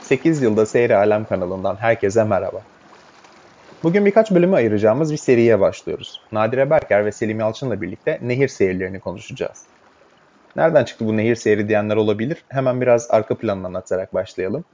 8 yılda Seyri Alem kanalından herkese merhaba. Bugün birkaç bölümü ayıracağımız bir seriye başlıyoruz. Nadire Berker ve Selim Yalçın'la birlikte nehir seyirlerini konuşacağız. Nereden çıktı bu nehir seyri diyenler olabilir. Hemen biraz arka planını anlatarak başlayalım.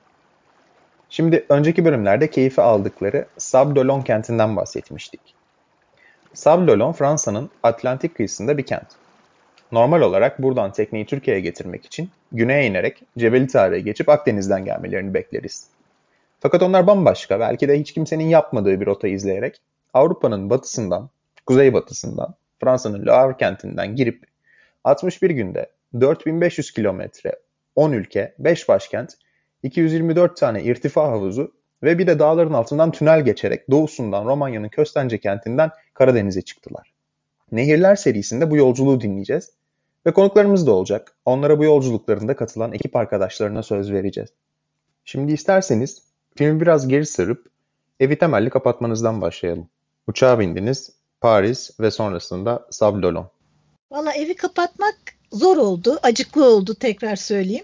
Şimdi önceki bölümlerde keyfi aldıkları Sable d'Olonne kentinden bahsetmiştik. Sable d'Olonne Fransa'nın Atlantik kıyısında bir kent. Normal olarak buradan tekneyi Türkiye'ye getirmek için güneye inerek Cebeli Tarık'a geçip Akdeniz'den gelmelerini bekleriz. Fakat onlar bambaşka, belki de hiç kimsenin yapmadığı bir rota izleyerek Avrupa'nın batısından, kuzeybatısından, Fransa'nın Le Havre kentinden girip 61 günde 4500 kilometre, 10 ülke, 5 başkent, 224 tane irtifa havuzu ve bir de dağların altından tünel geçerek doğusundan Romanya'nın Köstence kentinden Karadeniz'e çıktılar. Nehirler serisinde bu yolculuğu dinleyeceğiz ve konuklarımız da olacak. Onlara bu yolculuklarında katılan ekip arkadaşlarına söz vereceğiz. Şimdi isterseniz filmi biraz geri sarıp evi temelli kapatmanızdan başlayalım. Uçağa bindiniz, Paris ve sonrasında Sable d'Olonne. Valla evi kapatmak zor oldu, acıklı oldu tekrar söyleyeyim.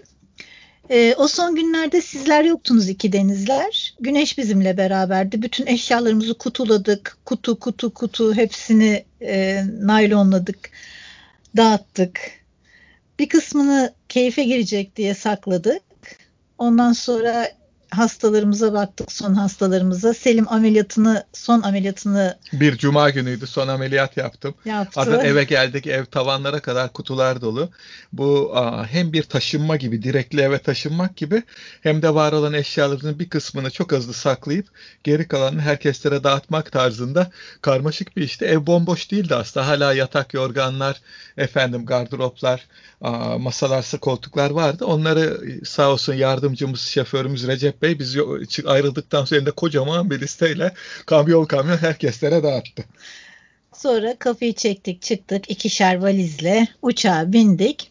O son günlerde sizler yoktunuz iki denizler. Güneş bizimle beraberdi. Bütün eşyalarımızı kutuladık. Kutu hepsini naylonladık, dağıttık. Bir kısmını keyfe girecek diye sakladık. Ondan sonra hastalarımıza baktık, son hastalarımıza. Selim son ameliyatını bir cuma günüydü, son ameliyat yaptım. Ardından eve geldik, ev tavanlara kadar kutular dolu. Bu hem bir taşınma gibi, direkli eve taşınmak gibi, hem de var olan eşyalarının bir kısmını çok hızlı saklayıp geri kalanını herkeslere dağıtmak tarzında karmaşık bir işti. Ev bomboş değildi aslında. Hala yatak, yorganlar, gardıroplar, masalar, koltuklar vardı. Onları sağ olsun yardımcımız, şoförümüz Recep Bey, biz ayrıldıktan sonra elinde kocaman bir listeyle kamyon herkeslere dağıttı. Sonra kafayı çektik, çıktık 2'şer valizle uçağa bindik.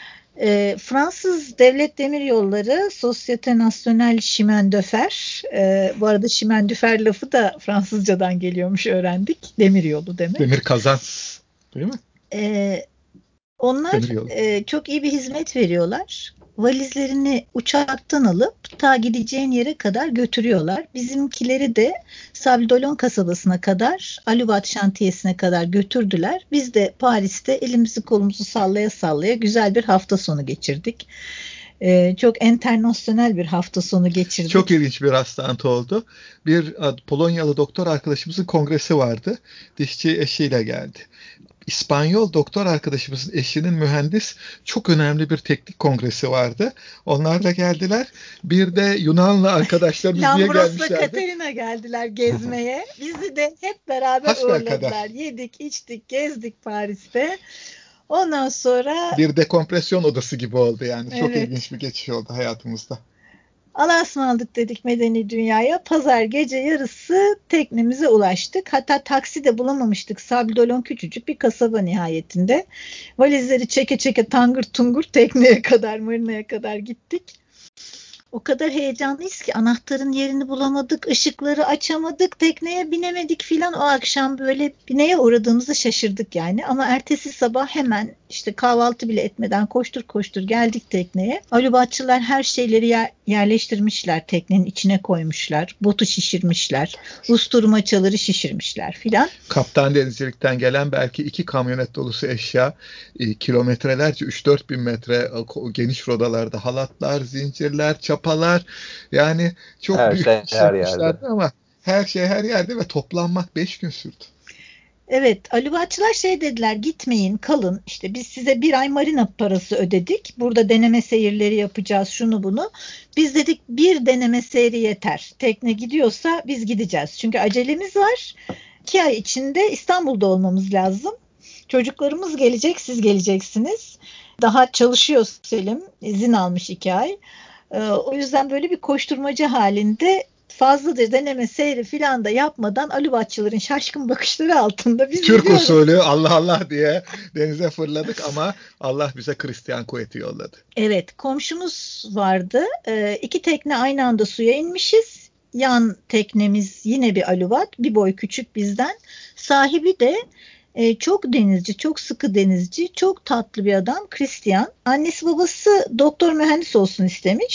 Fransız Devlet Demiryolları Société Nationale Chemin de Fer. Bu arada Chemin de Fer lafı da Fransızcadan geliyormuş, öğrendik. Demiryolu demek. Demir kazan, değil mi? Onlar çok iyi bir hizmet veriyorlar. Valizlerini uçaktan alıp ta gideceğin yere kadar götürüyorlar. Bizimkileri de Sable d'Olonne kasabasına kadar, Alubat şantiyesine kadar götürdüler. Biz de Paris'te elimizi kolumuzu sallaya sallaya güzel bir hafta sonu geçirdik. Çok internasyonel bir hafta sonu geçirdik. Çok ilginç bir rastlantı oldu. Bir Polonyalı doktor arkadaşımızın kongresi vardı. Dişçi eşiyle geldi. İspanyol doktor arkadaşımızın eşinin mühendis, çok önemli bir teknik kongresi vardı. Onlar da geldiler. Bir de Yunanlı arkadaşlarımız diye gelmişlerdi. Lambros'la Katerina geldiler gezmeye. Bizi de hep beraber uğurladılar. Yedik, içtik, gezdik Paris'te. Ondan sonra bir dekompresyon odası gibi oldu yani. Evet. Çok ilginç bir geçiş oldu hayatımızda. Allah'a ısmarladık dedik medeni dünyaya. Pazar gece yarısı teknemize ulaştık. Hatta taksi de bulamamıştık. Sable d'Olonne küçücük bir kasaba nihayetinde. Valizleri çeke çeke tangır tungur tekneye kadar, marinaya kadar gittik. O kadar heyecanlıyız ki anahtarın yerini bulamadık, ışıkları açamadık, tekneye binemedik filan. O akşam böyle neye uğradığımızı şaşırdık yani. Ama ertesi sabah hemen işte kahvaltı bile etmeden koştur koştur geldik tekneye. Alubatçılar her şeyleri yerleştirmişler, teknenin içine koymuşlar, botu şişirmişler, usturmaçaları şişirmişler filan. Kaptan denizcilikten gelen belki 2 kamyonet dolusu eşya, kilometrelerce 3-4 bin metre geniş rodalarda halatlar, zincirler, çapalar, yani çok her büyük şey iş her yapmışlardı yerde. ama her şey her yerde ve toplanmak 5 gün sürdü. Evet, Aluvatçılar dediler, gitmeyin, kalın. İşte biz size 1 ay marina parası ödedik. Burada deneme seyirleri yapacağız, şunu bunu. Biz dedik 1 deneme seyri yeter. Tekne gidiyorsa biz gideceğiz. Çünkü acelemiz var. 2 ay içinde İstanbul'da olmamız lazım. Çocuklarımız gelecek, siz geleceksiniz. Daha çalışıyor Selim, izin almış 2 ay. O yüzden böyle bir koşturmaca halinde fazladır deneme seyri filan da yapmadan Aluvatçıların şaşkın bakışları altında biz Türk gidiyoruz. usulü Allah Allah diye denize fırladık ama Allah bize Hristiyan kuvveti yolladı. Evet, komşumuz vardı. 2 tekne aynı anda suya inmişiz. Yan teknemiz yine bir aluvat, bir boy küçük bizden. Sahibi de çok denizci, çok sıkı denizci, çok tatlı bir adam, Hristiyan. Annesi babası doktor mühendis olsun istemiş.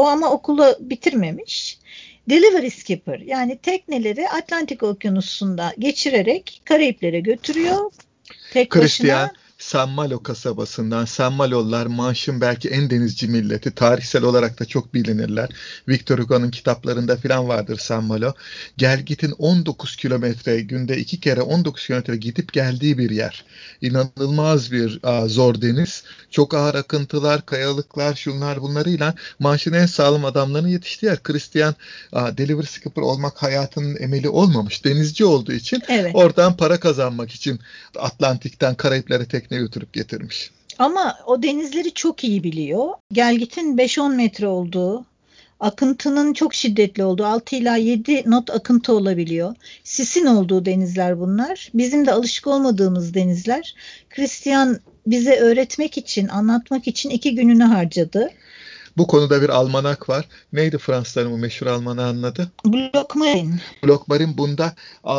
O ama okulu bitirmemiş. Delivery skipper, yani tekneleri Atlantik Okyanusu'nda geçirerek Karayiplere götürüyor. Tek Christian başına. San Malo kasabasından, San Malollar Manş'ın belki en denizci milleti. Tarihsel olarak da çok bilinirler. Victor Hugo'nun kitaplarında falan vardır San Malo. Gelgit'in 19 kilometre, günde 2 kere 19 kilometre gidip geldiği bir yer. İnanılmaz bir zor deniz. Çok ağır akıntılar, kayalıklar, şunlar bunlarıyla Manş'ın en sağlam adamlarını yetiştiği yer. Christian delivery skipper olmak hayatının emeli olmamış. Denizci olduğu için, evet, oradan para kazanmak için Atlantik'ten Karayiplere tekne götürüp getirmiş. Ama o denizleri çok iyi biliyor. Gelgit'in 5-10 metre olduğu, akıntının çok şiddetli olduğu, 6 ila 7 knot akıntı olabiliyor. Sisin olduğu denizler bunlar. Bizim de alışık olmadığımız denizler. Christian bize öğretmek için, anlatmak için 2 gününü harcadı. Bu konuda bir almanak var. Neydi Fransızların bu meşhur almanağın adı? Blockmarin. Blockmarin bunda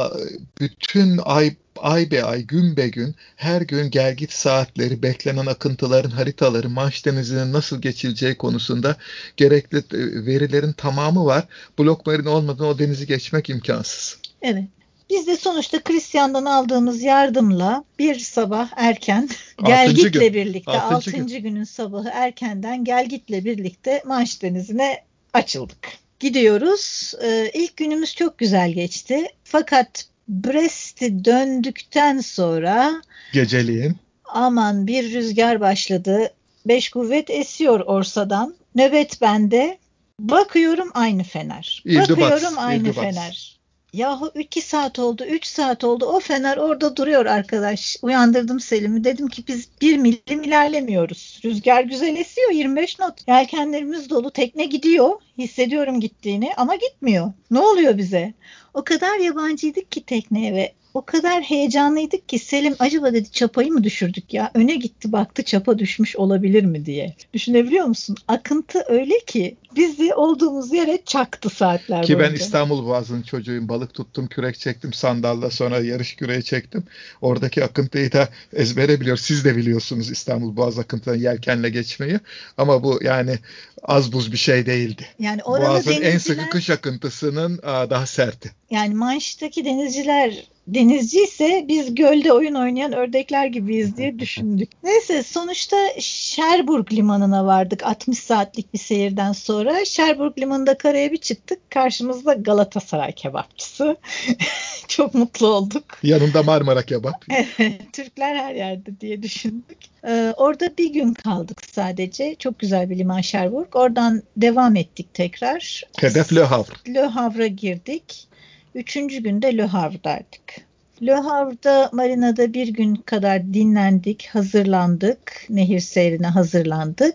bütün ay be ay, gün be gün, her gün gelgit saatleri, beklenen akıntıların haritaları, Manş Denizi'nin nasıl geçileceği konusunda gerekli verilerin tamamı var. Blockmarin olmadan o denizi geçmek imkansız. Evet. Biz de sonuçta Christian'dan aldığımız yardımla bir sabah erken Gelgit'le birlikte 6. günün sabahı erkenden Gelgit'le birlikte Manş Denizi'ne açıldık. Gidiyoruz. İlk günümüz çok güzel geçti. Fakat Brest'i döndükten sonra geceliğin aman bir rüzgar başladı. 5 kuvvet esiyor Orsa'dan. Nöbet bende. Bakıyorum aynı fener. Bakıyorum aynı fener. Yahu 2 saat oldu, 3 saat oldu. O fener orada duruyor arkadaş. Uyandırdım Selim'i. Dedim ki biz 1 milim ilerlemiyoruz. Rüzgar güzel esiyor, 25 knot. Yelkenlerimiz dolu, tekne gidiyor. Hissediyorum gittiğini ama gitmiyor. Ne oluyor bize? O kadar yabancıydık ki tekneye ve o kadar heyecanlıydık ki Selim acaba dedi çapayı mı düşürdük ya? Öne gitti baktı çapa düşmüş olabilir mi diye. Düşünebiliyor musun? Akıntı öyle ki bizi olduğumuz yere çaktı saatler boyunca. Ki ben İstanbul Boğazı'nın çocuğuyum. Balık tuttum, kürek çektim, sandalla, sonra yarış küreği çektim. Oradaki akıntıyı da ezbere biliyor. Siz de biliyorsunuz İstanbul Boğaz akıntıdan yelkenle geçmeyi. Ama bu yani az buz bir şey değildi. Yani Boğaz'ın en sıkı kış akıntısının daha serti. Yani Manş'taki denizciler denizci ise biz gölde oyun oynayan ördekler gibiyiz diye düşündük. Neyse sonuçta Cherbourg limanına vardık 60 saatlik bir seyirden sonra. Cherbourg limanında karaya bir çıktık. Karşımızda Galatasaray kebapçısı. Çok mutlu olduk. Yanında Marmara kebap. Evet, Türkler her yerde diye düşündük. Orada bir gün kaldık sadece. Çok güzel bir liman Cherbourg. Oradan devam ettik tekrar. Hedef Le Havre. Le Havre'a girdik. 3. günde Le Havre'daydık. Le Havre'da marinada bir gün kadar dinlendik, hazırlandık. Nehir seyrine hazırlandık.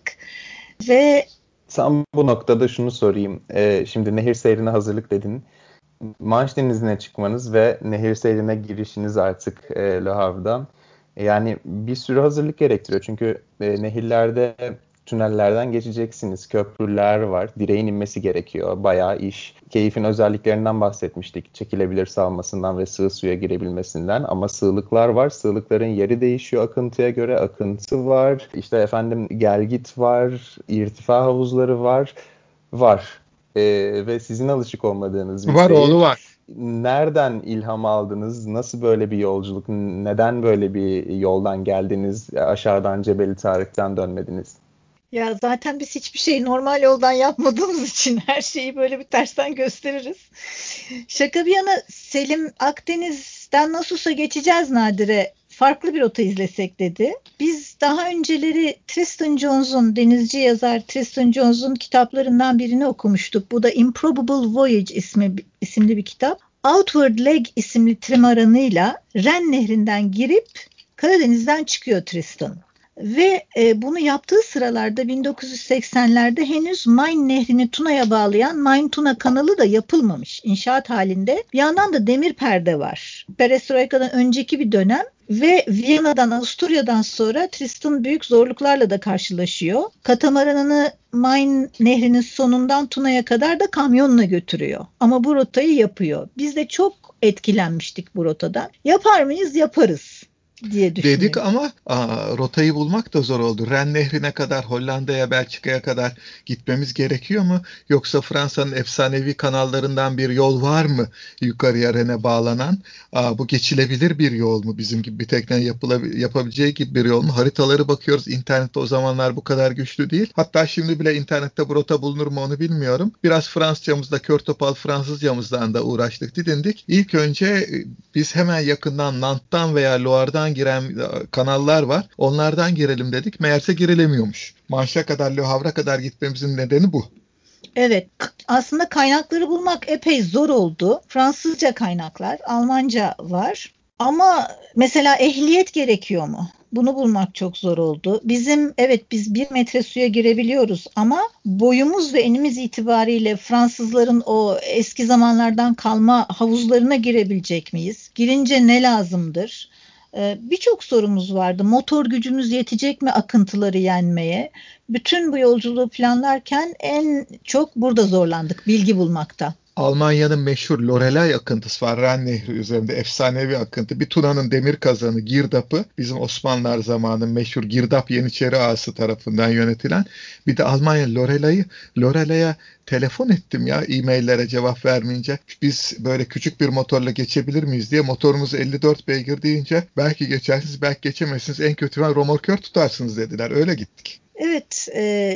Ve Tam bu noktada şunu sorayım. Şimdi nehir seyrine hazırlık dedin. Manş Denizi'ne çıkmanız ve nehir seyrine girişiniz artık Le Havre'dan. Yani bir sürü hazırlık gerektiriyor. Çünkü nehirlerde tünellerden geçeceksiniz. Köprüler var. Direğin inmesi gerekiyor. Bayağı iş. Keyfin özelliklerinden bahsetmiştik. Çekilebilir salmasından ve sığ suya girebilmesinden. Ama sığlıklar var. Sığlıkların yeri değişiyor akıntıya göre. Akıntı var. İşte efendim gelgit var. İrtifa havuzları var. Ve sizin alışık olmadığınız bir var, seyir. Oğlu var. Nereden ilham aldınız? Nasıl böyle bir yolculuk? Neden böyle bir yoldan geldiniz? Aşağıdan Cebeli Tarık'tan dönmediniz? Ya zaten biz hiçbir şeyi normal yoldan yapmadığımız için her şeyi böyle bir tersten gösteririz. Şaka bir yana Selim Akdeniz'den nasılsa geçeceğiz Nadire. Farklı bir rota izlesek dedi. Biz daha önceleri Tristan Jones'un, denizci yazar Tristan Jones'un kitaplarından birini okumuştuk. Bu da Improbable Voyage isimli bir kitap. Outward Leg isimli trimaranıyla Ren Nehri'nden girip Karadeniz'den çıkıyor Tristan. Ve bunu yaptığı sıralarda 1980'lerde henüz Main Nehri'ni Tuna'ya bağlayan Main-Tuna kanalı da yapılmamış inşaat halinde. Bir yandan da demir perde var. Perestroika'dan önceki bir dönem ve Viyana'dan, Avusturya'dan sonra Tristan büyük zorluklarla da karşılaşıyor. Katamaranını Main Nehri'nin sonundan Tuna'ya kadar da kamyonla götürüyor. Ama bu rotayı yapıyor. Biz de çok etkilenmiştik bu rotadan. Yapar mıyız? Yaparız. diye düşünüyorum. Dedik ama rotayı bulmak da zor oldu. Ren Nehri'ne kadar, Hollanda'ya, Belçika'ya kadar gitmemiz gerekiyor mu? Yoksa Fransa'nın efsanevi kanallarından bir yol var mı yukarıya Ren'e bağlanan? Bu geçilebilir bir yol mu? Bizim gibi bir teknenin yapabileceği gibi bir yol mu? Haritaları bakıyoruz. İnternette o zamanlar bu kadar güçlü değil. Hatta şimdi bile internette bu rota bulunur mu onu bilmiyorum. Biraz Fransızcamızda, kör topal Fransızcamızdan da uğraştık, didindik. İlk önce biz hemen yakından Nantes'tan veya Loire'dan giren kanallar var. Onlardan girelim dedik. Meğerse girilemiyormuş. Manş'a kadar, Le Havre'a kadar gitmemizin nedeni bu. Evet, aslında kaynakları bulmak epey zor oldu. Fransızca kaynaklar, Almanca var. Ama mesela ehliyet gerekiyor mu? Bunu bulmak çok zor oldu. Biz 1 metre suya girebiliyoruz ama boyumuz ve enimiz itibariyle Fransızların o eski zamanlardan kalma havuzlarına girebilecek miyiz? Girince ne lazımdır? Birçok sorumuz vardı. Motor gücümüz yetecek mi akıntıları yenmeye? Bütün bu yolculuğu planlarken en çok burada zorlandık bilgi bulmakta. Almanya'nın meşhur Loreley akıntısı var. Ren Nehri üzerinde efsanevi akıntı. Bir Tuna'nın demir kazanı girdapı, bizim Osmanlılar zamanı meşhur Girdap Yeniçeri Ağası tarafından yönetilen. Bir de Almanya Loreley'e telefon ettim ya e-maillere cevap vermeyince. Biz böyle küçük bir motorla geçebilir miyiz diye, motorumuz 54 beygir deyince belki geçersiniz belki geçemezsiniz, en kötü romorkör tutarsınız dediler. Öyle gittik. Evet,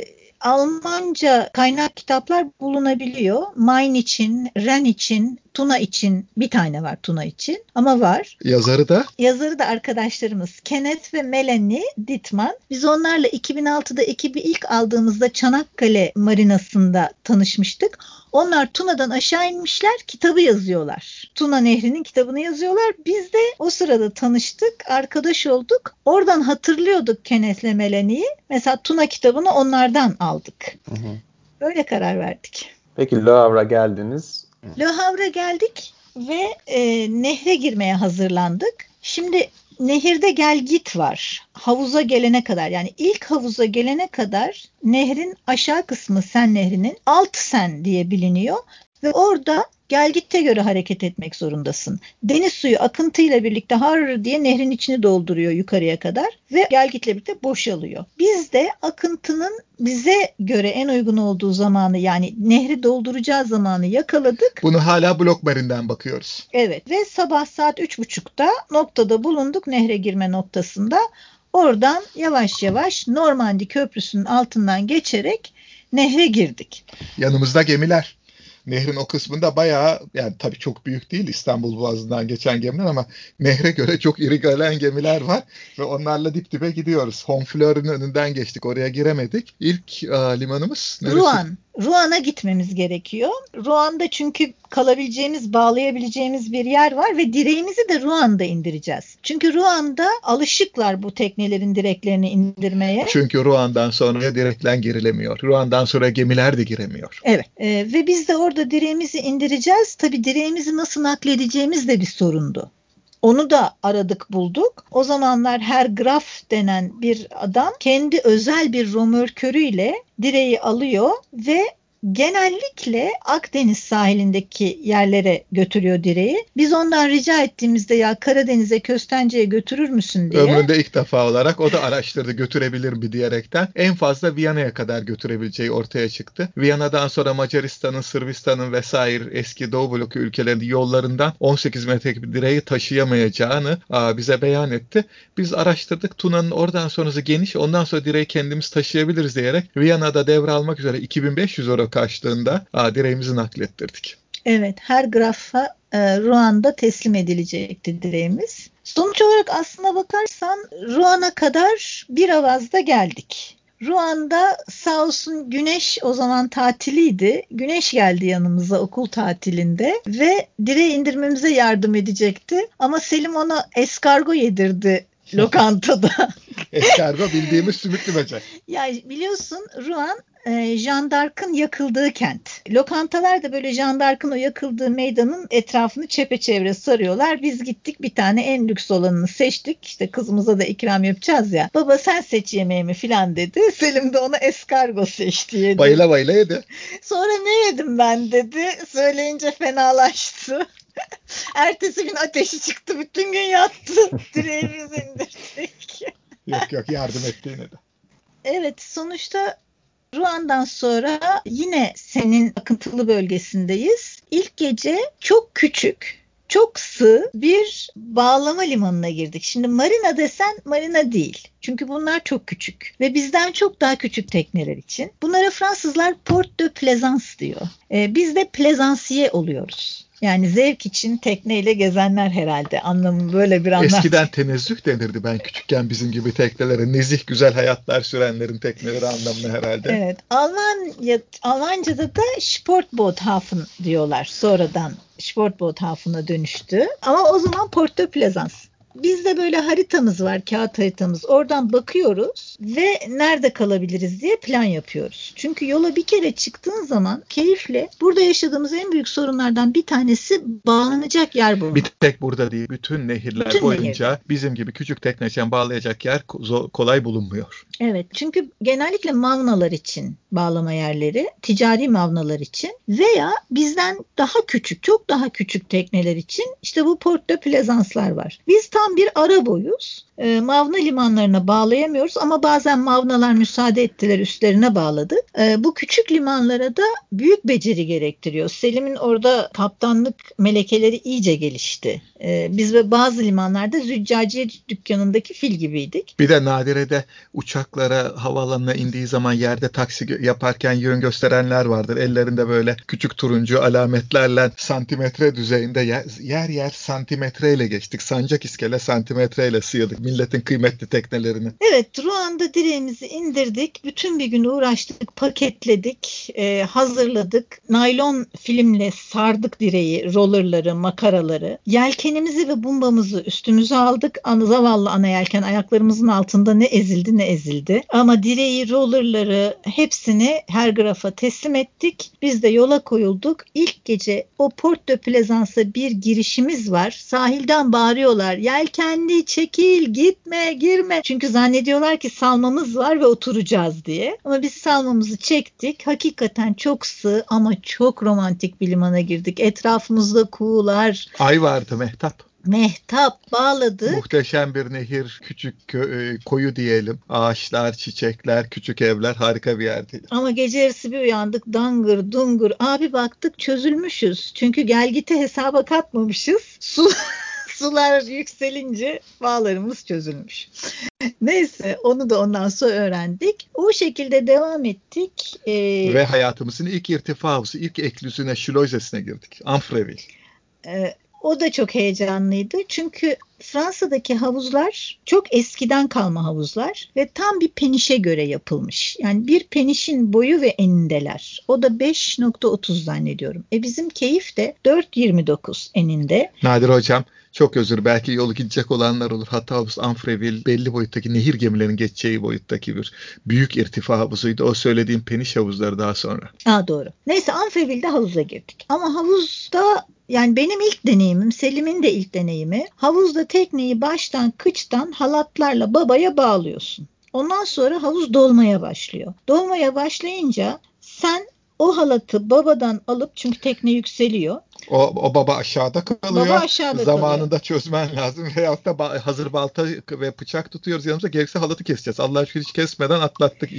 Almanca kaynak kitaplar bulunabiliyor. Main için, Ren için, Tuna için bir tane var Tuna için ama var. Yazarı da arkadaşlarımız Kenneth ve Melanie Dittmann. Biz onlarla 2006'da ekibi ilk aldığımızda Çanakkale Marinası'nda tanışmıştık. Onlar Tuna'dan aşağı inmişler, kitabı yazıyorlar. Tuna Nehri'nin kitabını yazıyorlar. Biz de o sırada tanıştık, arkadaş olduk. Oradan hatırlıyorduk Kenneth'le Melanie'yi. Mesela Tuna kitabını onlardan aldık. Böyle karar verdik. Peki Le Havre'a geldiniz. Le Havre'a geldik ve nehre girmeye hazırlandık. Şimdi nehirde gel git var. Havuza gelene kadar, yani ilk havuza gelene kadar nehrin aşağı kısmı Sen Nehri'nin alt Sen diye biliniyor ve orada gelgitte göre hareket etmek zorundasın. Deniz suyu akıntıyla birlikte har diye nehrin içini dolduruyor yukarıya kadar ve gelgitle birlikte boşalıyor. Biz de akıntının bize göre en uygun olduğu zamanı, yani nehri dolduracağı zamanı yakaladık. Bunu hala Blokmarin'den bakıyoruz. Evet ve sabah saat 3.30'da noktada bulunduk, nehre girme noktasında. Oradan yavaş yavaş Normandy Köprüsü'nün altından geçerek nehre girdik. Yanımızda gemiler. Nehrin o kısmında bayağı, yani tabii çok büyük değil İstanbul Boğazı'ndan geçen gemiler ama nehre göre çok iri gelen gemiler var ve onlarla dip dibe gidiyoruz. Honfleur'ün önünden geçtik, oraya giremedik. İlk limanımız neresi? Roan'a gitmemiz gerekiyor. Roan'da çünkü kalabileceğimiz, bağlayabileceğimiz bir yer var ve direğimizi de Roan'da indireceğiz. Çünkü Roan'da alışıklar bu teknelerin direklerini indirmeye. Çünkü Roan'dan sonra direklen girilemiyor. Roan'dan sonra gemiler de giremiyor. Evet. Ve biz de orada direğimizi indireceğiz. Tabii direğimizi nasıl nakledeceğimiz de bir sorundu. Onu da aradık bulduk. O zamanlar Herr Graf denen bir adam kendi özel bir römorkörüyle direği alıyor ve genellikle Akdeniz sahilindeki yerlere götürüyor direği. Biz ondan rica ettiğimizde ya Karadeniz'e, Köstence'ye götürür müsün diye. Ömründe ilk defa olarak o da araştırdı götürebilir mi diyerekten. En fazla Viyana'ya kadar götürebileceği ortaya çıktı. Viyana'dan sonra Macaristan'ın, Sırbistan'ın vesaire eski Doğu bloku ülkelerinin yollarından 18 metrelik bir direği taşıyamayacağını bize beyan etti. Biz araştırdık. Tuna'nın oradan sonrası geniş. Ondan sonra direği kendimiz taşıyabiliriz diyerek Viyana'da devralmak üzere 2500 euro karşılığında direğimizi naklettirdik. Evet, Herr Graf'a Roan'da teslim edilecekti direğimiz. Sonuç olarak aslına bakarsan Roan'a kadar bir avazda geldik. Roan'da sağ olsun Güneş o zaman tatiliydi. Güneş geldi yanımıza okul tatilinde ve direği indirmemize yardım edecekti. Ama Selim ona eskargo yedirdi lokantada. Eskargo bildiğimiz sümüklü böcek. Ya biliyorsun Roan Jeanne d'Arc'ın yakıldığı kent. Lokantalar da böyle Jeanne d'Arc'ın o yakıldığı meydanın etrafını çepeçevre sarıyorlar. Biz gittik bir tane en lüks olanını seçtik. İşte kızımıza da ikram yapacağız ya. Baba sen seç yemeğimi falan dedi. Selim de ona eskargo seçti yedi. Bayıla bayıla yedi. Sonra ne yedim ben dedi. Söyleyince fenalaştı. Ertesi gün ateşi çıktı. Bütün gün yattı. Direği biz indirdik. Yok yardım ettiğine de. Evet, sonuçta Ruan'dan sonra yine senin akıntılı bölgesindeyiz. İlk gece çok küçük, çok sığ bir bağlama limanına girdik. Şimdi marina desen marina değil. Çünkü bunlar çok küçük ve bizden çok daha küçük tekneler için. Bunlara Fransızlar Port de Plaisance diyor. Biz de plaisancier oluyoruz. Yani zevk için tekneyle gezenler herhalde. Anlamı böyle bir anlam. Eskiden tenezzüh denirdi ben küçükken bizim gibi teknelere. Nezih güzel hayatlar sürenlerin tekneleri anlamına herhalde. Evet. Almanca'da da Sportboothafen diyorlar. Sonradan Sportboothafen'a dönüştü. Ama o zaman Port de Plaisance. Bizde böyle haritamız var, kağıt haritamız. Oradan bakıyoruz ve nerede kalabiliriz diye plan yapıyoruz. Çünkü yola bir kere çıktığın zaman keyifle burada yaşadığımız en büyük sorunlardan bir tanesi bağlanacak yer bulmak. Bir tek burada değil, bütün nehirler boyunca bizim gibi küçük tekneşen bağlayacak yer kolay bulunmuyor. Evet, çünkü genellikle mavnalar için bağlama yerleri, ticari mavnalar için veya bizden daha küçük, çok daha küçük tekneler için işte bu Port de Plaisance'lar var. Biz tam bir ara boyuz. Mavna limanlarına bağlayamıyoruz ama bazen mavnalar müsaade ettiler, üstlerine bağladık. Bu küçük limanlara da büyük beceri gerektiriyor. Selim'in orada kaptanlık melekeleri iyice gelişti. Biz ve bazı limanlarda züccaciye dükkanındaki fil gibiydik. Bir de Nadire'de uçaklara havaalanına indiği zaman yerde taksi yaparken yön gösterenler vardır. Ellerinde böyle küçük turuncu alametlerle santimetre düzeyinde yer santimetreyle geçtik. Sancak iskele santimetreyle sıyırdık milletin kıymetli teknelerini. Evet, Ruan'da direğimizi indirdik. Bütün bir gün uğraştık, paketledik, hazırladık. Naylon filmle sardık direği, rollerları, makaraları. Yelkenimizi ve bumbamızı üstümüze aldık. Zavallı ana yelken ayaklarımızın altında ne ezildi. Ama direği, rollerları hepsini Hergraf'a teslim ettik. Biz de yola koyulduk. İlk gece o Port de Plaisance'a bir girişimiz var. Sahilden bağırıyorlar. Yelkenli çekil, gitme, girme. Çünkü zannediyorlar ki salmamız var ve oturacağız diye. Ama biz salmamızı çektik. Hakikaten çok sığ ama çok romantik bir limana girdik. Etrafımızda kuğular. Ay vardı, Mehtap bağladık. Muhteşem bir nehir, küçük koyu diyelim. Ağaçlar, çiçekler, küçük evler, harika bir yerdi. Ama gece yarısı bir uyandık, dangır dungur. Abi baktık çözülmüşüz. Çünkü gelgiti hesaba katmamışız. Sular yükselince bağlarımız çözülmüş. Neyse, onu da ondan sonra öğrendik. O şekilde devam ettik. Ve hayatımızın ilk irtifa havuzu, ilk eklüzüne, şloizesine girdik. Amfreville. O da çok heyecanlıydı. Çünkü Fransa'daki havuzlar çok eskiden kalma havuzlar ve tam bir penişe göre yapılmış. Yani bir penişin boyu ve enindeler. O da 5.30 zannediyorum. Bizim keyif de 4.29 eninde. Nadir hocam, çok özür, belki yolu gidecek olanlar olur. Hatta havuz Amfreville belli boyuttaki nehir gemilerinin geçeceği boyuttaki bir büyük irtifa havuzuydu. O söylediğim peniş havuzları daha sonra. Doğru. Neyse, Amfreville'de havuza girdik. Ama havuzda, yani benim ilk deneyimim, Selim'in de ilk deneyimi, havuzda tekneyi baştan kıçtan halatlarla babaya bağlıyorsun. Ondan sonra havuz dolmaya başlıyor. Dolmaya başlayınca sen o halatı babadan alıp, çünkü tekne yükseliyor. O baba aşağıda kalıyor. Baba aşağıda zamanında kalıyor. Çözmen lazım. Veyahut da hazır balta ve bıçak tutuyoruz yanımıza. Gerekse halatı keseceğiz. Allah aşkına hiç kesmeden atlattık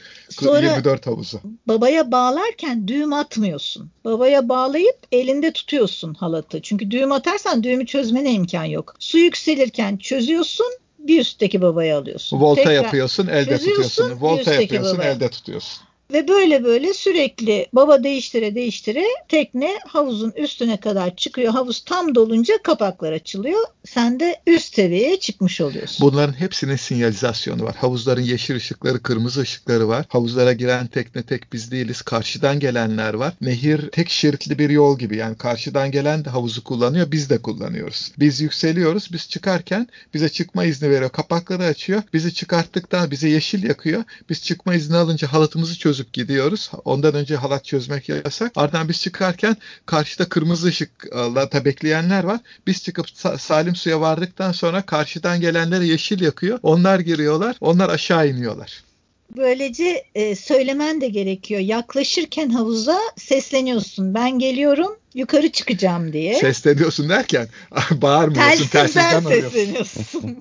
224 havuzu. Babaya bağlarken düğüm atmıyorsun. Babaya bağlayıp elinde tutuyorsun halatı. Çünkü düğüm atarsan düğümü çözmene imkan yok. Su yükselirken çözüyorsun, bir üstteki babaya alıyorsun. Volta yapıyorsun, elde tutuyorsun. Volta yapıyorsun, elde tutuyorsun. Ve böyle sürekli baba değiştire tekne havuzun üstüne kadar çıkıyor. Havuz tam dolunca kapaklar açılıyor. Sen de üst seviyeye çıkmış oluyorsun. Bunların hepsinin sinyalizasyonu var. Havuzların yeşil ışıkları, kırmızı ışıkları var. Havuzlara giren tekne tek biz değiliz. Karşıdan gelenler var. Nehir tek şeritli bir yol gibi. Yani karşıdan gelen de havuzu kullanıyor. Biz de kullanıyoruz. Biz yükseliyoruz. Biz çıkarken bize çıkma izni veriyor. Kapakları açıyor. Bizi çıkarttıktan bize yeşil yakıyor. Biz çıkma izni alınca halatımızı çözüp gidiyoruz. Ondan önce halat çözmek yasak. Ardından biz çıkarken karşıda kırmızı ışıkla bekleyenler var. Biz çıkıp salim suya vardıktan sonra karşıdan gelenlere yeşil yakıyor. Onlar giriyorlar. Onlar aşağı iniyorlar. Böylece söylemen de gerekiyor. Yaklaşırken havuza sesleniyorsun. Ben geliyorum, yukarı çıkacağım diye. Sesleniyorsun derken bağırmıyorsun, telsizden sesleniyorsun.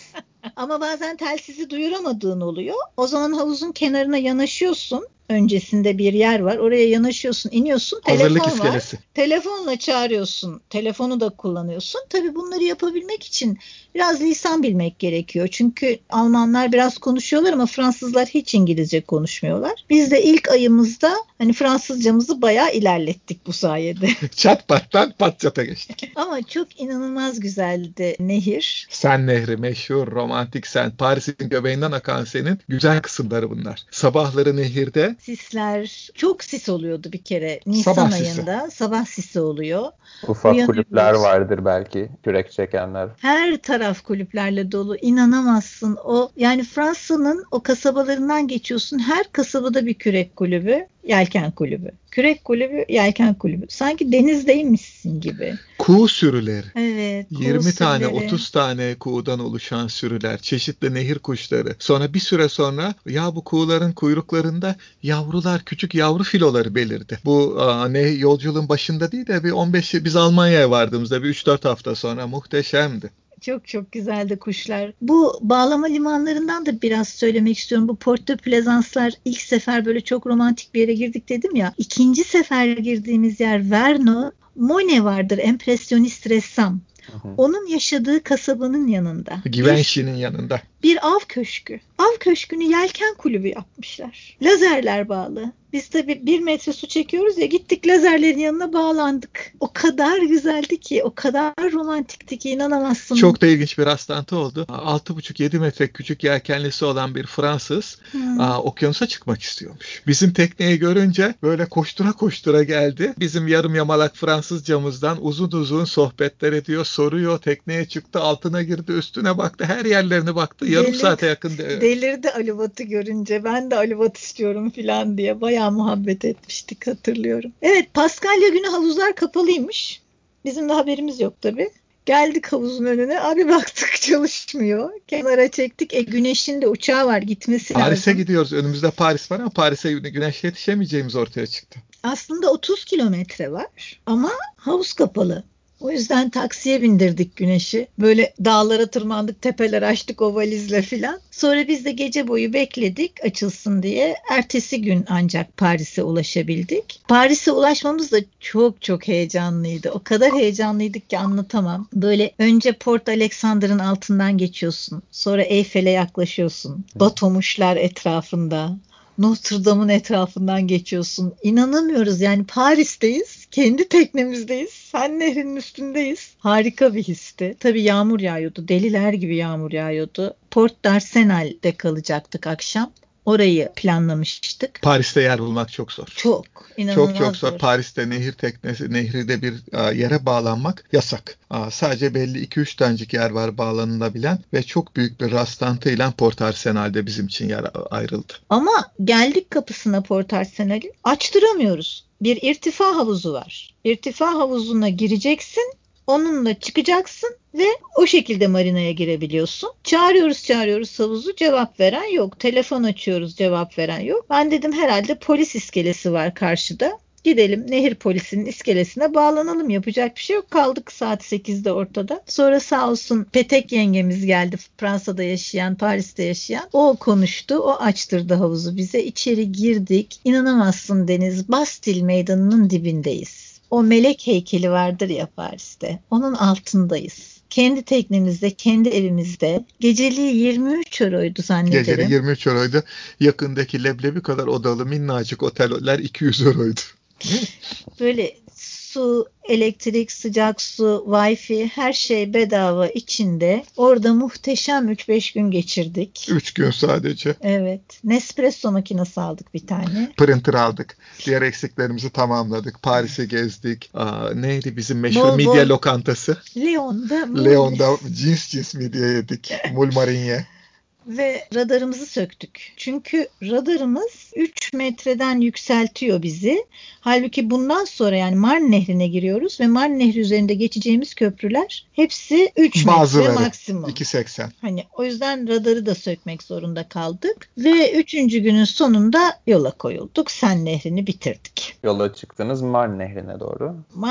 Ama bazen telsizi duyuramadığın oluyor. O zaman havuzun kenarına yanaşıyorsun. Öncesinde bir yer var. Oraya yanaşıyorsun, iniyorsun. Hazırlık Telefon iskelesi. var. Telefonla çağırıyorsun. Telefonu da kullanıyorsun. Tabii bunları yapabilmek için biraz lisan bilmek gerekiyor. Çünkü Almanlar biraz konuşuyorlar ama Fransızlar hiç İngilizce konuşmuyorlar. Biz de ilk ayımızda hani Fransızcamızı bayağı ilerlettik bu sayede. Çat pattan pat çata geçtik. Ama çok inanılmaz güzeldi nehir. Sen Nehri meşhur, romantik Sen. Paris'in göbeğinden akan senin güzel kısımları bunlar. Sabahları nehirde. Sisler, çok sis oluyordu bir kere. Nisan ayında sabah sisi oluyor. Ufak kulüpler vardır belki, kürek çekenler. Her taraf kulüplerle dolu. İnanamazsın. Yani Fransa'nın o kasabalarından geçiyorsun. Her kasabada bir kürek kulübü, yelken kulübü. Kürek kulübü, yelken kulübü. Sanki denizdeymişsin gibi. Kuğu sürüleri. Evet. 20 tane 30 tane kuğudan oluşan sürüler. Çeşitli nehir kuşları. Sonra bir süre sonra bu kuğuların kuyruklarında yavrular, küçük yavru filoları belirdi. Bu yolculuğun başında değil de biz Almanya'ya vardığımızda bir 3-4 hafta sonra muhteşemdi. Çok çok güzeldi kuşlar. Bu bağlama limanlarından da biraz söylemek istiyorum. Bu Port de Plaisance'lar ilk sefer böyle çok romantik bir yere girdik dedim ya. İkinci sefer girdiğimiz yer Verno. Monet vardır, empresyonist ressam. Onun yaşadığı kasabanın yanında. Givenchy'nin yanında. Bir av köşkü. Av köşkünü yelken kulübü yapmışlar. Lazerler bağlı. Biz tabii 1 metre su çekiyoruz ya, gittik lazerlerin yanına bağlandık. O kadar güzeldi ki, o kadar romantikti ki inanamazsın. Çok da ilginç bir rastlantı oldu. 6,5-7 metre küçük yelkenlisi olan bir Fransız okyanusa çıkmak istiyormuş. Bizim tekneyi görünce böyle koştura koştura geldi. Bizim yarım yamalak Fransızcamızdan uzun uzun sohbetler ediyor, soruyor. Tekneye çıktı, altına girdi, üstüne baktı, her yerlerine baktı. Yarım saate yakın. Delirdi Aluvat'ı görünce. Ben de Aluvat istiyorum filan diye. Bayağı muhabbet etmiştik, hatırlıyorum. Evet, Paskalya günü havuzlar kapalıymış. Bizim de haberimiz yok tabii. Geldik havuzun önüne. Abi baktık çalışmıyor. Kenara çektik. Güneşin de uçağı var, gitmesi lazım. Paris'e gidiyoruz. Önümüzde Paris var ama Paris'e güneşe yetişemeyeceğimiz ortaya çıktı. Aslında 30 kilometre var ama havuz kapalı. O yüzden taksiye bindirdik Güneş'i. Böyle dağlara tırmandık, tepeler açtık o valizle filan. Sonra biz de gece boyu bekledik açılsın diye. Ertesi gün ancak Paris'e ulaşabildik. Paris'e ulaşmamız da çok çok heyecanlıydı. O kadar heyecanlıydık ki anlatamam. Böyle önce Port Alexander'ın altından geçiyorsun. Sonra Eyfel'e yaklaşıyorsun. Batomuşlar etrafında. Notre Dame'ın etrafından geçiyorsun. İnanamıyoruz, yani Paris'teyiz. Kendi teknemizdeyiz. Sen nehrinin üstündeyiz. Harika bir histi. Tabii yağmur yağıyordu. Deliler gibi yağmur yağıyordu. Port d'Arsenal'de kalacaktık akşam. Orayı planlamıştık. Paris'te yer bulmak çok zor. Çok. İnanılmaz çok zor. Paris'te nehirde bir yere bağlanmak yasak. Sadece belli 2-3 tanecik yer var bağlanılabilen ve çok büyük bir rastlantıyla Port Arsenal'de bizim için yer ayrıldı. Ama geldik kapısına Port Arsenal'in. Açtıramıyoruz. Bir irtifa havuzu var. İrtifa havuzuna gireceksin. Onunla çıkacaksın ve o şekilde marinaya girebiliyorsun. Çağırıyoruz havuzu, cevap veren yok. Telefon açıyoruz, cevap veren yok. Ben dedim herhalde polis iskelesi var karşıda. Gidelim nehir polisinin iskelesine bağlanalım. Yapacak bir şey yok. Kaldık saat 8'de ortada. Sonra sağ olsun Petek yengemiz geldi. Fransa'da yaşayan, Paris'te yaşayan. O konuştu. O açtırdı havuzu bize. İçeri girdik. İnanamazsın Deniz. Bastille Meydanı'nın dibindeyiz. O melek heykeli vardır ya Paris'te. Onun altındayız. Kendi teknemizde, kendi evimizde. Geceliği 23 euroydu zannederim. Geceliği 23 euroydu. Yakındaki leblebi kadar odalı minnacık oteller 200 euroydu. Böyle su, elektrik, sıcak su, wifi, her şey bedava içinde. Orada muhteşem 3-5 gün geçirdik. 3 gün sadece. Evet. Nespresso makinesi aldık bir tane. Printer aldık. Diğer eksiklerimizi tamamladık. Paris'i gezdik. Neydi bizim meşhur midye lokantası? Leon'da cins midye yedik. Moule Marinier. ve radarımızı söktük. Çünkü radarımız 3 metreden yükseltiyor bizi. Halbuki bundan sonra yani Marne Nehri'ne giriyoruz ve Marne Nehri üzerinde geçeceğimiz köprüler hepsi 3 metre maksimum. 2.80. Hani o yüzden radarı da sökmek zorunda kaldık ve 3. günün sonunda yola koyulduk. Sen Nehri'ni bitirdik. Yola çıktınız Marne Nehri'ne doğru.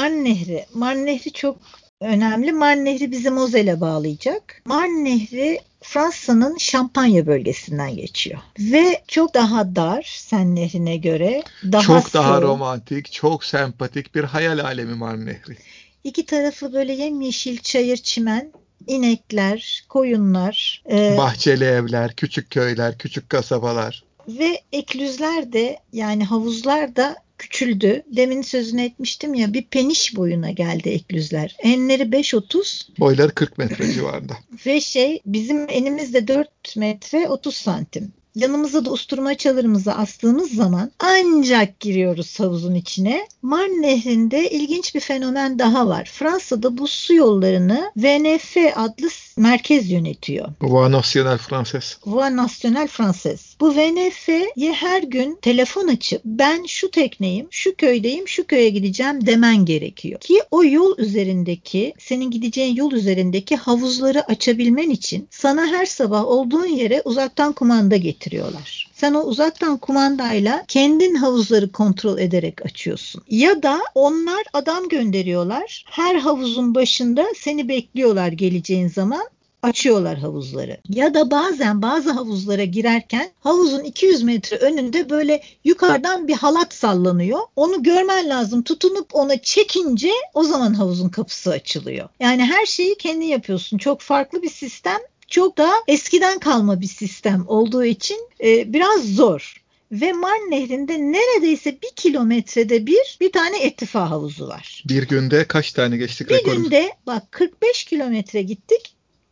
Marne Nehri çok önemli. Marne Nehri bizi Mosel'e bağlayacak. Marne Nehri Fransa'nın Şampanya bölgesinden geçiyor. Ve çok daha dar Sen Nehri'ne göre. Çok daha romantik, çok sempatik bir hayal alemi Marne Nehri. İki tarafı böyle yemyeşil çayır çimen, inekler, koyunlar. Bahçeli evler, küçük köyler, küçük kasabalar. Ve eklüzler de yani havuzlar da küçüldü. Demin sözünü etmiştim ya, bir peniş boyuna geldi eklüzler. Enleri 5.30. Boyları 40 metre civarında. Ve bizim enimizde 4 metre 30 santim. Yanımıza da usturma çalırımızı astığımız zaman ancak giriyoruz havuzun içine. Marne Nehri'nde ilginç bir fenomen daha var. Fransa'da bu su yollarını VNF adlı merkez yönetiyor. Voie Nationale Française. Voie Nationale Française. Bu VNF'ye her gün telefon açıp ben şu tekneyim, şu köydeyim, şu köye gideceğim demen gerekiyor. Ki o yol üzerindeki, senin gideceğin yol üzerindeki havuzları açabilmen için sana her sabah olduğun yere uzaktan kumanda getiriyorlar. Sen o uzaktan kumandayla kendin havuzları kontrol ederek açıyorsun. Ya da onlar adam gönderiyorlar. Her havuzun başında seni bekliyorlar geleceğin zaman. Açıyorlar havuzları. Ya da bazen bazı havuzlara girerken havuzun 200 metre önünde böyle yukarıdan bir halat sallanıyor. Onu görmen lazım. Tutunup ona çekince o zaman havuzun kapısı açılıyor. Yani her şeyi kendin yapıyorsun. Çok farklı bir sistem. Çok da eskiden kalma bir sistem olduğu için biraz zor. Ve Marne Nehri'nde neredeyse 1 kilometrede bir tane irtifa havuzu var. Bir günde kaç tane geçtik rekorumuz? Bir günde bak 45 kilometre gittik.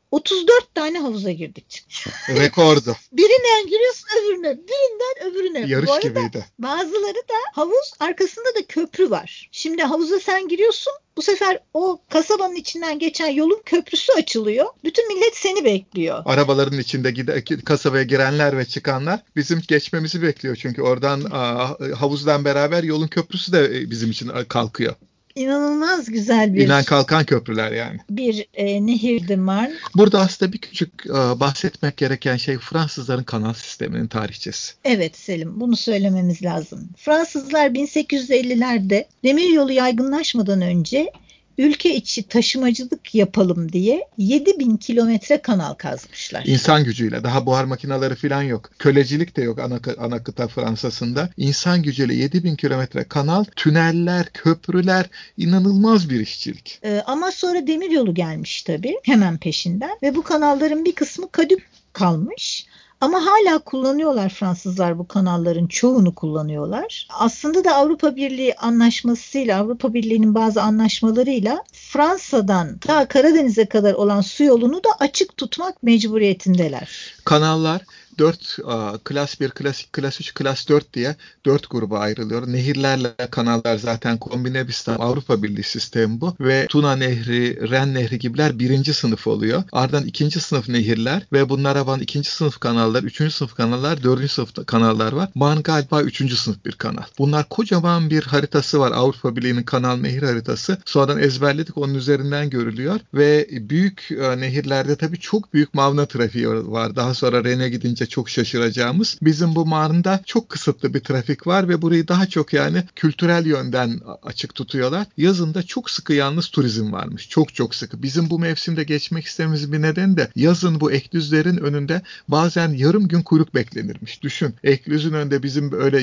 34 tane havuza girdik. Rekordu. Birinden giriyorsun birinden öbürüne. Yarış Bu arada gibiydi. Bazıları da havuz arkasında da köprü var. Şimdi havuza sen giriyorsun. Bu sefer o kasabanın içinden geçen yolun köprüsü açılıyor. Bütün millet seni bekliyor. Arabaların içinde kasabaya girenler ve çıkanlar bizim geçmemizi bekliyor. Çünkü oradan havuzdan beraber yolun köprüsü de bizim için kalkıyor. İnanılmaz güzel bir... İnen kalkan köprüler yani. Bir nehirdi Marne. Burada aslında bir küçük bahsetmek gereken şey Fransızların kanal sisteminin tarihçesi. Evet Selim, bunu söylememiz lazım. Fransızlar 1850'lerde demiryolu yaygınlaşmadan önce ülke içi taşımacılık yapalım diye 7.000 kilometre kanal kazmışlar. İnsan gücüyle. Daha buhar makineleri falan yok. Kölecilik de yok ana kıta Fransa'sında. İnsan gücüyle 7.000 kilometre kanal, tüneller, köprüler, inanılmaz bir işçilik. Ama sonra demiryolu gelmiş tabii hemen peşinden ve bu kanalların bir kısmı kadük kalmış. Ama hala kullanıyorlar Fransızlar, bu kanalların çoğunu kullanıyorlar. Aslında da Avrupa Birliği anlaşmasıyla, Avrupa Birliği'nin bazı anlaşmalarıyla Fransa'dan ta Karadeniz'e kadar olan su yolunu da açık tutmak mecburiyetindeler. Kanallar 4 klas 1, klas 3, klas 4 diye 4 gruba ayrılıyor. Nehirlerle kanallar zaten kombine bir sistem. Avrupa Birliği sistemi bu. Ve Tuna Nehri, Ren Nehri gibiler 1. sınıf oluyor. Ardından 2. sınıf nehirler ve bunlara bağlı 2. sınıf kanallar, 3. sınıf kanallar, 4. sınıf kanallar var. Marne galiba 3. sınıf bir kanal. Bunlar kocaman bir haritası var. Avrupa Birliği'nin kanal nehir haritası. Sonradan ezberledik, onun üzerinden görülüyor. Ve büyük nehirlerde tabii çok büyük mavna trafiği var. Daha sonra Ren'e gidince çok şaşıracağımız. Bizim bu Marne'da çok kısıtlı bir trafik var ve burayı daha çok yani kültürel yönden açık tutuyorlar. Yazında çok sıkı yalnız turizm varmış. Çok çok sıkı. Bizim bu mevsimde geçmek istememizin bir nedeni de yazın bu eklüzlerin önünde bazen yarım gün kuyruk beklenirmiş. Düşün. Eklüzün önünde bizim öyle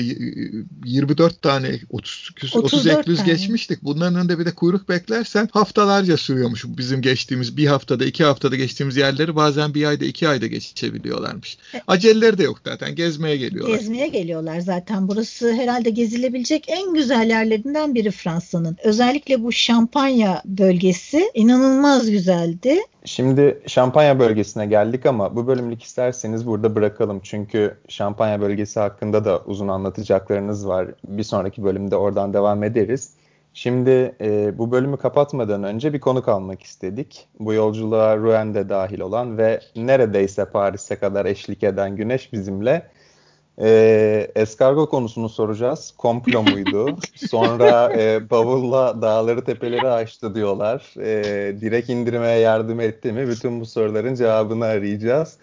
24 tane 30 eklüz tane geçmiştik. Bunların önünde bir de kuyruk beklersen haftalarca sürüyormuş. Bizim geçtiğimiz bir haftada 2 haftada geçtiğimiz yerleri bazen bir ayda 2 ayda geçebiliyorlarmış. Aceleleri de yok zaten. Gezmeye geliyorlar. Gezmeye geliyorlar zaten. Burası herhalde gezilebilecek en güzel yerlerinden biri Fransa'nın. Özellikle bu Şampanya bölgesi inanılmaz güzeldi. Şimdi Şampanya bölgesine geldik ama bu bölümlük isterseniz burada bırakalım. Çünkü Şampanya bölgesi hakkında da uzun anlatacaklarınız var. Bir sonraki bölümde oradan devam ederiz. Şimdi bu bölümü kapatmadan önce bir konuk almak istedik. Bu yolculuğa Rouen de dahil olan ve neredeyse Paris'e kadar eşlik eden Güneş bizimle. Eskargot konusunu soracağız. Komplo muydu? Sonra bavulla dağları tepeleri aştı diyorlar. Direkt indirmeye yardım etti mi? Bütün bu soruların cevabını arayacağız.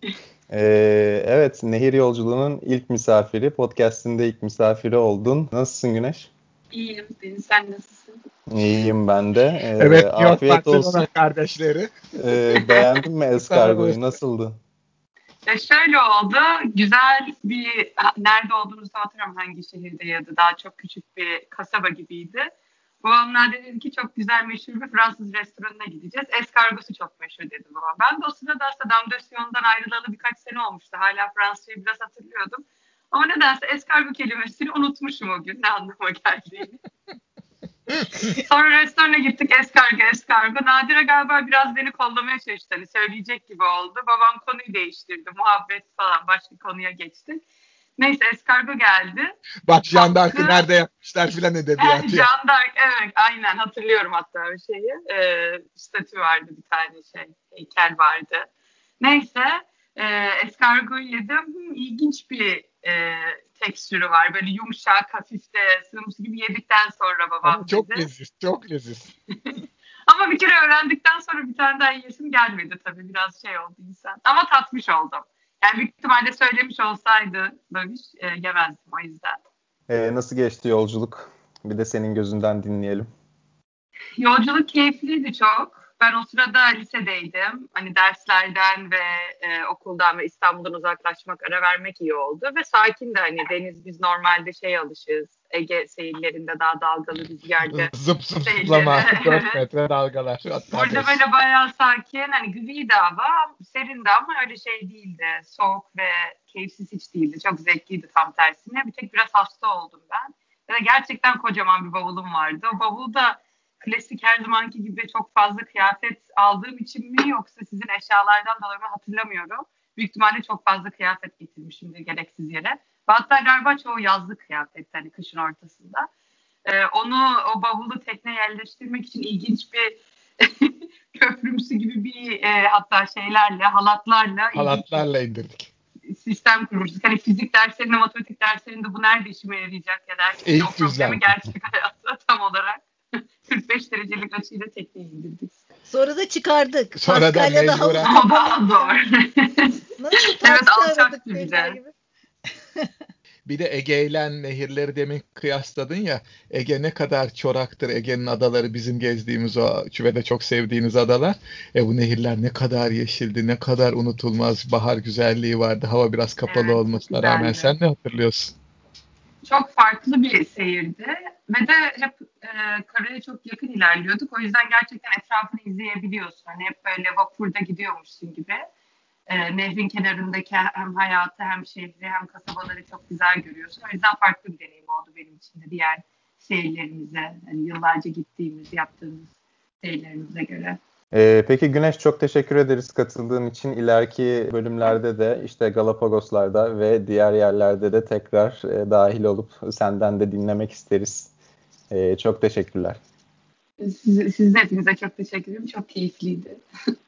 Evet, Nehir Yolculuğu'nun ilk misafiri, podcast'inde ilk misafiri oldun. Nasılsın Güneş? İyiyim. Deniz, sen nasılsın? İyiyim ben de. Evet, New York Afiyet olsun. Barcelona kardeşleri. Beğendin mi eskargoyu? Nasıldı? Şöyle oldu. Güzel bir, nerede olduğunuzu hatırlamıyorum hangi şehirde ya da daha çok küçük bir kasaba gibiydi. Babamlar dedi ki çok güzel meşhur bir Fransız restoranına gideceğiz. Eskargosu çok meşhur dedi babam. Ben de o sırada aslında Damdösyon'dan ayrılalı birkaç sene olmuştu. Hala Fransızcayı biraz hatırlıyordum. Ama nedense eskargo kelimesini unutmuşum o gün ne anlama geldiğini. Sonra restorana gittik, eskargo. Nadire galiba biraz beni kollamaya çalıştı. Hani söyleyecek gibi oldu. Babam konuyu değiştirdi. Muhabbet falan başka konuya geçti. Neyse eskargo geldi. Bak Jeanne d'Arc'ı nerede yapmışlar filan edebiyatı. Jeanne d'Arc, evet aynen hatırlıyorum hatta bir şeyi. Statü vardı bir tane heykel vardı. Neyse eskargoyu yedim. İlginç bir tekstürü var. Böyle yumuşak, hafif de sığımsı gibi yedikten sonra babam ama çok dedi. leziz, çok leziz. Ama bir kere öğrendikten sonra bir tane daha yiyesim gelmedi tabii. Biraz oldu insan. Ama tatmış oldum. Yani büyük ihtimalle söylemiş olsaydı Babiş yemezdim o yüzden. Nasıl geçti yolculuk? Bir de senin gözünden dinleyelim. Yolculuk keyifliydi çok. Ben o sırada lisedeydim. Hani derslerden ve okuldan ve İstanbul'dan uzaklaşmak, ara vermek iyi oldu. Ve sakin de hani deniz biz normalde alışığız. Ege seyirlerinde daha dalgalı rüzgarlı. Zıp zıp zıplama, 4 metre dalgalar. Burada böyle bayağı sakin, hani griydi hava, serindi ama öyle değildi. Soğuk ve keyifsiz hiç değildi. Çok zevkliydi tam tersine. Bir tek biraz hasta oldum ben. Ya da gerçekten kocaman bir bavulum vardı. O bavulda klasik her zamanki gibi çok fazla kıyafet aldığım için mi yoksa sizin eşyalardan dolayı mı hatırlamıyorum. Büyük ihtimalle çok fazla kıyafet getirmişimdir gereksiz yere. Hatta galiba çoğu yazlık kıyafet hani kışın ortasında. O bavulu tekneye yerleştirmek için ilginç bir köprümsü gibi bir hatta halatlarla indirdik. Sistem kurmuştuk. Hani fizik derslerinde, matematik derslerinde bu nerede işime yarayacak ya derken o problemi gerçek hayatta tam olarak 45 derecelik açıyla tekneye indirdik. Sonra da çıkardık. Sonra da mecburen. O daha zor. Nasıl evet alçaktı bir de. Bir de Ege ile nehirleri demin kıyasladın ya. Ege ne kadar çoraktır. Ege'nin adaları bizim gezdiğimiz o ve de çok sevdiğimiz adalar. Bu nehirler ne kadar yeşildi, ne kadar unutulmaz bahar güzelliği vardı. Hava biraz kapalı olmasına rağmen. Sen ne hatırlıyorsun? Çok farklı bir seyirdi ve de hep karaya çok yakın ilerliyorduk. O yüzden gerçekten etrafını izleyebiliyorsun. Hani hep böyle vapurda gidiyormuşsun gibi. Nehrin kenarındaki hem hayatı hem şehri hem kasabaları çok güzel görüyorsun. O yüzden farklı bir deneyim oldu benim için de diğer seyirlerimize, hani yıllarca yaptığımız seyirlerimize göre. Peki Güneş çok teşekkür ederiz katıldığın için. İleriki bölümlerde de işte Galapagoslar'da ve diğer yerlerde de tekrar dahil olup senden de dinlemek isteriz. Çok teşekkürler. Siz de hepinize çok teşekkür ederim. Çok keyifliydi.